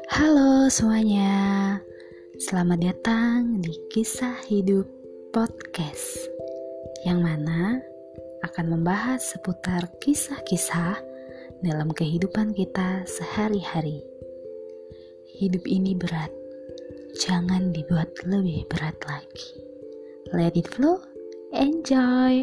Halo semuanya, selamat datang di Kisah Hidup Podcast, yang mana akan membahas seputar kisah-kisah dalam kehidupan kita sehari-hari. Hidup ini berat, jangan dibuat lebih berat lagi. Let it flow, enjoy!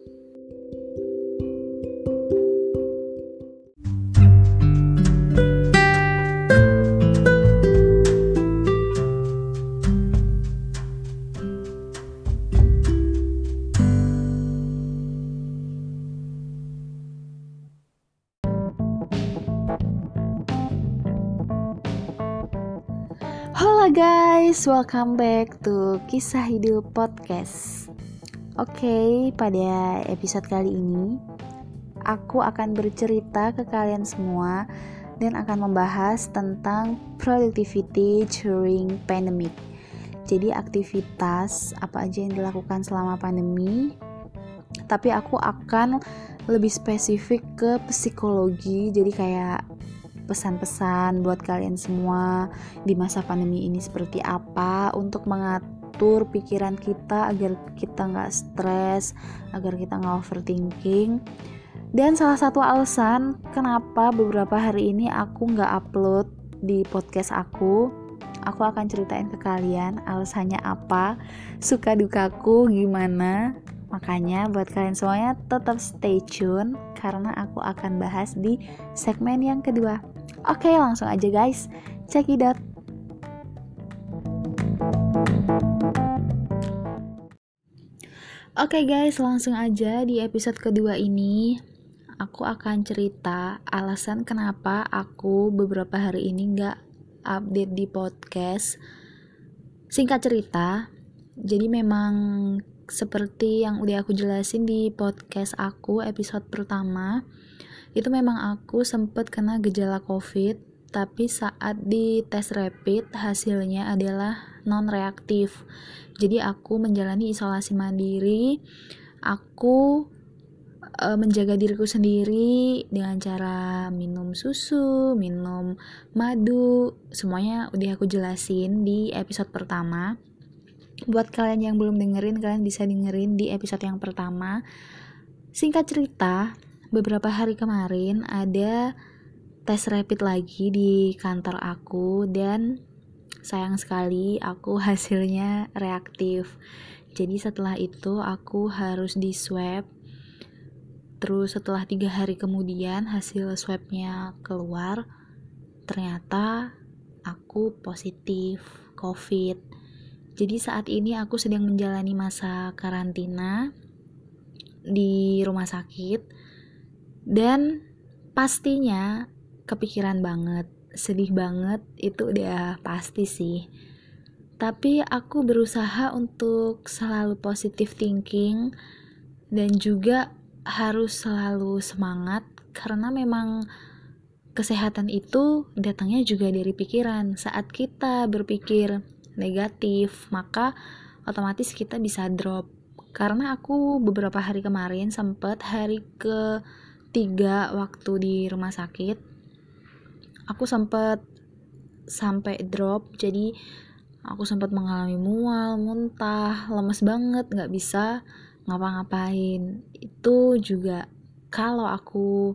Halo guys, welcome back to Kisah Hidup Podcast. Oke, pada episode kali ini aku akan bercerita ke kalian semua dan akan membahas tentang productivity during pandemic. Jadi aktivitas apa aja yang dilakukan selama pandemi, tapi aku akan lebih spesifik ke psikologi. Jadi kayak pesan-pesan buat kalian semua di masa pandemi ini seperti apa untuk mengatur pikiran kita agar kita nggak stres, agar kita nggak overthinking. Dan salah satu alasan kenapa beberapa hari ini aku nggak upload di podcast aku akan ceritain ke kalian alasannya apa, suka dukaku gimana. Makanya buat kalian semuanya tetap stay tune karena aku akan bahas di segmen yang kedua. Oke, langsung aja guys, check it out. Oke guys, langsung aja di episode kedua ini aku akan cerita alasan kenapa aku beberapa hari ini gak update di podcast. Singkat cerita, jadi memang seperti yang udah aku jelasin di podcast aku episode pertama, itu memang aku sempat kena gejala COVID, tapi saat di tes rapid hasilnya adalah non-reaktif. Jadi aku menjalani isolasi mandiri, aku menjaga diriku sendiri dengan cara minum susu, minum madu, semuanya udah aku jelasin di episode pertama. Buat kalian yang belum dengerin, kalian bisa dengerin di episode yang pertama. Singkat cerita, beberapa hari kemarin ada tes rapid lagi di kantor aku dan sayang sekali aku hasilnya reaktif. Jadi setelah itu aku harus di swab. Terus setelah 3 hari kemudian hasil swabnya keluar, ternyata aku positif COVID. Jadi saat ini aku sedang menjalani masa karantina di rumah sakit dan pastinya kepikiran banget, sedih banget, itu udah pasti sih. Tapi aku berusaha untuk selalu positive thinking dan juga harus selalu semangat karena memang kesehatan itu datangnya juga dari pikiran. Saat kita berpikir negatif, maka otomatis kita bisa drop. Karena aku beberapa hari kemarin sempat hari ke-3 waktu di rumah sakit, aku sempat sampai drop. Jadi aku sempat mengalami mual, muntah, lemes banget, gak bisa ngapa-ngapain. Itu juga kalau aku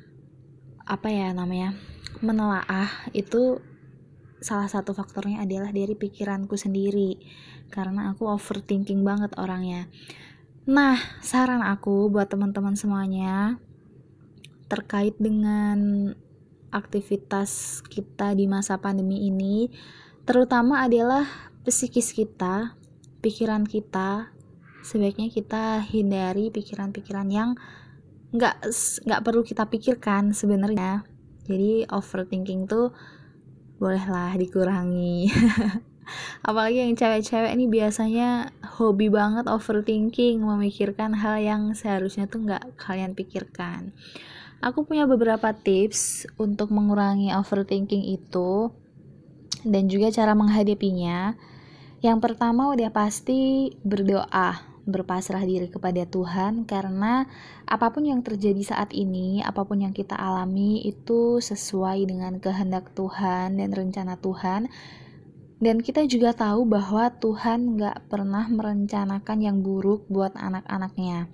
menelaah, itu salah satu faktornya adalah dari pikiranku sendiri karena aku overthinking banget orangnya. Nah, saran aku buat teman-teman semuanya terkait dengan aktivitas kita di masa pandemi ini, terutama adalah psikis kita, pikiran kita, sebaiknya kita hindari pikiran-pikiran yang nggak perlu kita pikirkan sebenarnya. Jadi overthinking tuh bolehlah dikurangi. Apalagi yang cewek-cewek ini biasanya hobi banget overthinking, memikirkan hal yang seharusnya tuh nggak kalian pikirkan. Aku punya beberapa tips untuk mengurangi overthinking itu dan juga cara menghadapinya. Yang pertama udah pasti berdoa. berpasrah diri kepada Tuhan, karena apapun yang terjadi saat ini, apapun yang kita alami itu sesuai dengan kehendak Tuhan dan rencana Tuhan. Dan kita juga tahu bahwa Tuhan gak pernah merencanakan yang buruk buat anak-anaknya.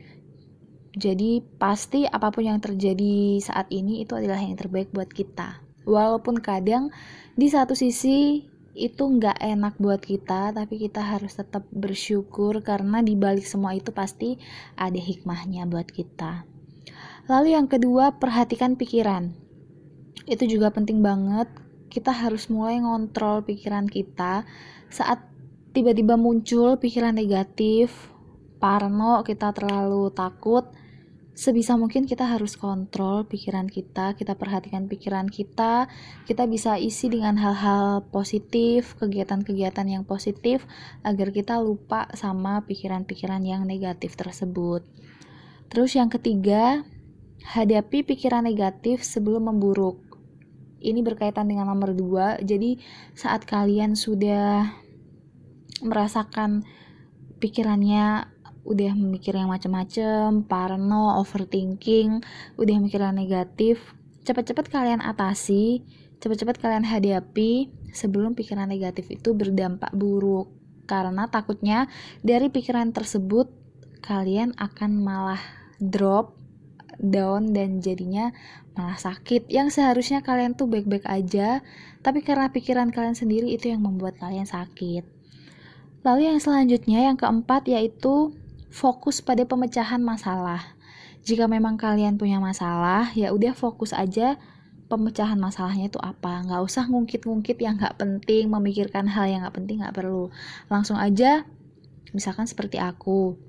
Jadi pasti apapun yang terjadi saat ini itu adalah yang terbaik buat kita. Walaupun kadang di satu sisi itu nggak enak buat kita, tapi kita harus tetap bersyukur karena di balik semua itu pasti ada hikmahnya buat kita. Lalu yang kedua, perhatikan pikiran. Itu juga penting banget. Kita harus mulai ngontrol pikiran kita saat tiba-tiba muncul pikiran negatif, parno, kita terlalu takut. Sebisa mungkin kita harus kontrol pikiran kita perhatikan pikiran kita bisa isi dengan hal-hal positif, kegiatan-kegiatan yang positif, agar kita lupa sama pikiran-pikiran yang negatif tersebut. Terus yang ketiga, hadapi pikiran negatif sebelum memburuk. Ini berkaitan dengan nomor 2, jadi saat kalian sudah merasakan pikirannya udah memikir yang macam-macam, parno, overthinking, udah mikir yang negatif, cepat-cepat kalian atasi, cepat-cepat kalian hadapi sebelum pikiran negatif itu berdampak buruk. Karena takutnya dari pikiran tersebut kalian akan malah drop down dan jadinya malah sakit. Yang seharusnya kalian tuh baik-baik aja, tapi karena pikiran kalian sendiri itu yang membuat kalian sakit. Lalu yang selanjutnya, yang keempat, yaitu fokus pada pemecahan masalah. Jika memang kalian punya masalah, ya udah fokus aja pemecahan masalahnya itu apa. Nggak usah ngungkit-ngungkit yang nggak penting, memikirkan hal yang nggak penting, nggak perlu. Langsung aja, misalkan seperti aku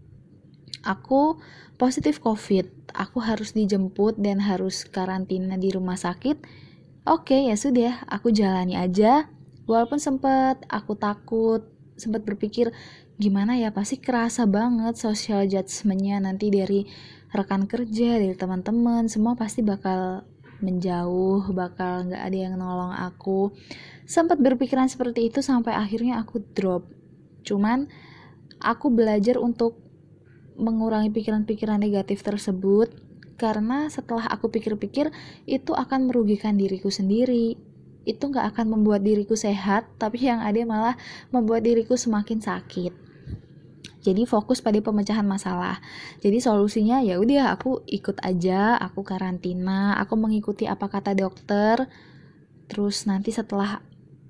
positif COVID, aku harus dijemput dan harus karantina di rumah sakit. Oke, ya sudah, aku jalani aja. Walaupun sempat aku takut, sempat berpikir gimana ya, pasti kerasa banget social judgment-nya nanti dari rekan kerja, dari teman-teman, semua pasti bakal menjauh, bakal gak ada yang nolong aku. Sempat berpikiran seperti itu sampai akhirnya aku drop. Cuman aku belajar untuk mengurangi pikiran-pikiran negatif tersebut, karena setelah aku pikir-pikir itu akan merugikan diriku sendiri. Itu gak akan membuat diriku sehat, tapi yang ada malah membuat diriku semakin sakit. Jadi fokus pada pemecahan masalah. Jadi solusinya ya udah, aku ikut aja, aku karantina, aku mengikuti apa kata dokter. Terus nanti setelah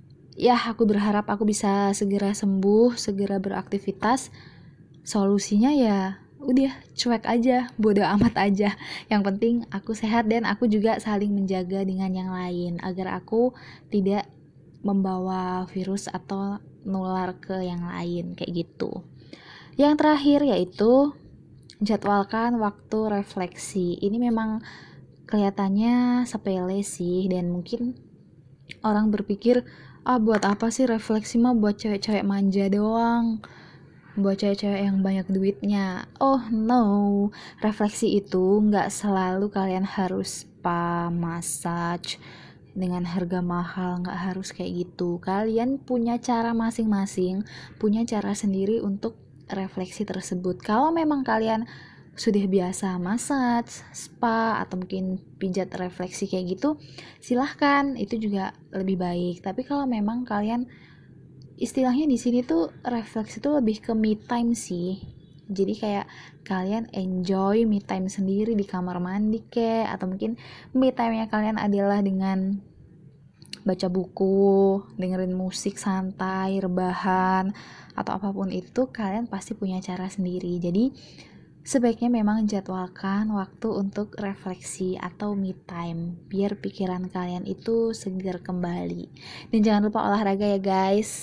aku berharap aku bisa segera sembuh, segera beraktivitas. Solusinya ya udah, cuek aja, bodo amat aja. Yang penting aku sehat dan aku juga saling menjaga dengan yang lain agar aku tidak membawa virus atau nular ke yang lain kayak gitu. Yang terakhir yaitu jadwalkan waktu refleksi. Ini memang kelihatannya sepele sih, dan mungkin orang berpikir, buat apa sih refleksi mah, buat cewek-cewek manja doang, buat cewek-cewek yang banyak duitnya. Oh no, refleksi itu gak selalu kalian harus spa, massage dengan harga mahal, gak harus kayak gitu. Kalian punya cara masing-masing, punya cara sendiri untuk refleksi tersebut. Kalau memang kalian sudah biasa massage, spa, atau mungkin pijat refleksi kayak gitu, silahkan, itu juga lebih baik. Tapi kalau memang kalian, istilahnya di sini tuh refleksi itu lebih ke me time sih. Jadi kayak kalian enjoy me time sendiri di kamar mandi kek, atau mungkin me time-nya kalian adalah dengan baca buku, dengerin musik santai, rebahan, atau apapun itu, kalian pasti punya cara sendiri. Jadi sebaiknya memang jadwalkan waktu untuk refleksi atau me time, biar pikiran kalian itu segar kembali. Dan jangan lupa olahraga ya guys.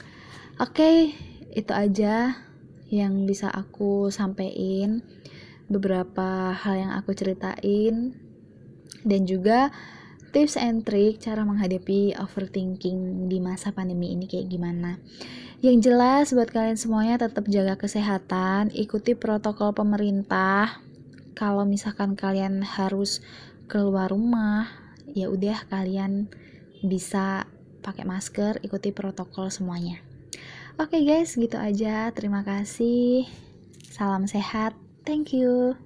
Oke, itu aja yang bisa aku sampaikan, beberapa hal yang aku ceritain, dan juga tips and trick cara menghadapi overthinking di masa pandemi ini kayak gimana. Yang jelas buat kalian semuanya, tetap jaga kesehatan, ikuti protokol pemerintah. Kalau misalkan kalian harus keluar rumah, ya udah kalian bisa pakai masker, ikuti protokol semuanya. Oke guys, gitu aja. Terima kasih. Salam sehat. Thank you.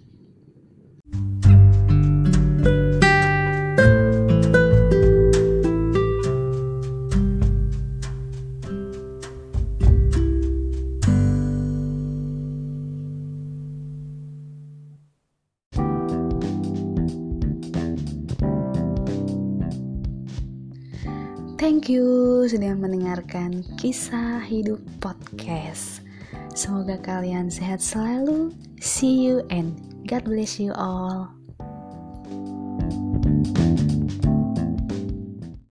Thank you sudah mendengarkan Kisah Hidup Podcast. Semoga kalian sehat selalu. See you and God bless you all.